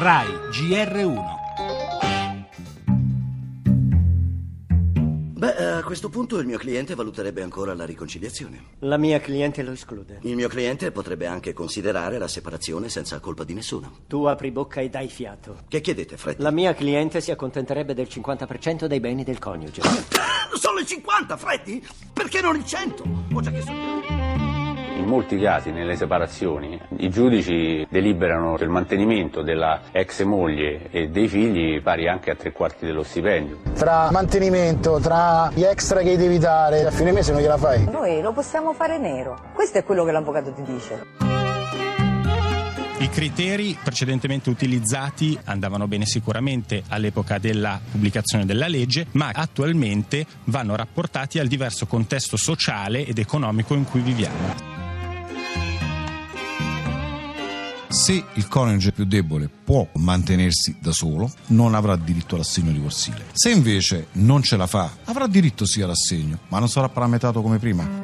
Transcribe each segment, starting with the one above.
RAI GR1. A questo punto il mio cliente valuterebbe ancora la riconciliazione. La mia cliente lo esclude. Il mio cliente potrebbe anche considerare la separazione senza colpa di nessuno. Tu apri bocca e dai fiato. Che chiedete, Freddy? La mia cliente si accontenterebbe del 50% dei beni del coniuge. Solo il 50, Freddy? Perché non il 100? O già che In molti casi, nelle separazioni, i giudici deliberano il mantenimento della ex moglie e dei figli pari anche a 3/4 dello stipendio. Tra mantenimento, tra gli extra che devi dare, a fine mese non gliela fai. Noi lo possiamo fare nero. Questo è quello che l'avvocato ti dice. I criteri precedentemente utilizzati andavano bene sicuramente all'epoca della pubblicazione della legge, ma attualmente vanno rapportati al diverso contesto sociale ed economico in cui viviamo. Se il coniuge più debole può mantenersi da solo, non avrà diritto all'assegno divorzile. Se invece non ce la fa, avrà diritto sì all'assegno, ma non sarà parametato come prima.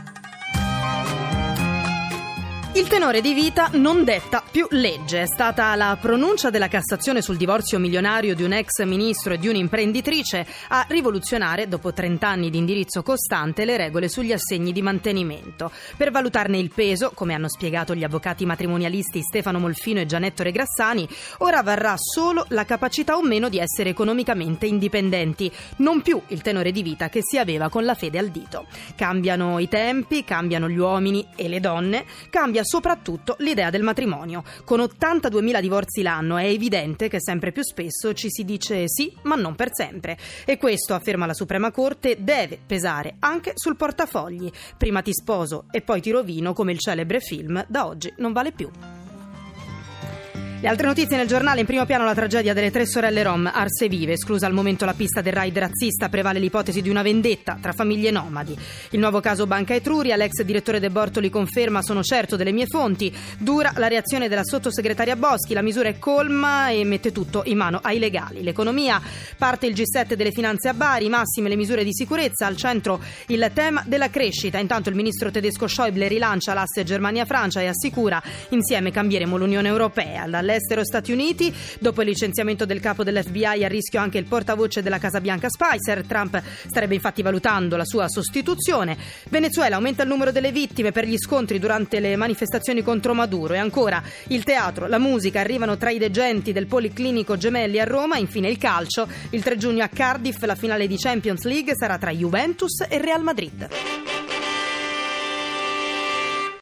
Il tenore di vita non detta più legge. È stata la pronuncia della Cassazione sul divorzio milionario di un ex ministro e di un'imprenditrice a rivoluzionare, dopo 30 anni di indirizzo costante, le regole sugli assegni di mantenimento. Per valutarne il peso, come hanno spiegato gli avvocati matrimonialisti Stefano Molfino e Gianetto Regrassani, ora varrà solo la capacità o meno di essere economicamente indipendenti, non più il tenore di vita che si aveva con la fede al dito. Cambiano i tempi, cambiano gli uomini e le donne, cambia soprattutto l'idea del matrimonio. Con 82.000 divorzi l'anno è evidente che sempre più spesso ci si dice sì, ma non per sempre. E questo, afferma la Suprema Corte, deve pesare anche sul portafogli. Prima ti sposo e poi ti rovino, come il celebre film Da oggi non vale più. Le altre notizie nel giornale: in primo piano la tragedia delle 3 sorelle rom arse vive, esclusa al momento la pista del raid razzista, prevale l'ipotesi di una vendetta tra famiglie nomadi. Il nuovo caso Banca Etruria, l'ex direttore De Bortoli conferma: sono certo delle mie fonti. Dura la reazione della sottosegretaria Boschi, la misura è colma e mette tutto in mano ai legali. L'economia, parte il G7 delle finanze a Bari, massime le misure di sicurezza, al centro il tema della crescita. Intanto il ministro tedesco Schäuble rilancia l'asse Germania-Francia e assicura: insieme cambieremo l'Unione Europea. Dall'estero Stati Uniti, dopo il licenziamento del capo dell'FBI, a rischio anche il portavoce della Casa Bianca Spicer. Trump starebbe infatti valutando la sua sostituzione. Venezuela, aumenta il numero delle vittime per gli scontri durante le manifestazioni contro Maduro. E ancora il teatro, la musica arrivano tra i degenti del Policlinico Gemelli a Roma. Infine il calcio, il 3 giugno a Cardiff la finale di Champions League sarà tra Juventus e Real Madrid.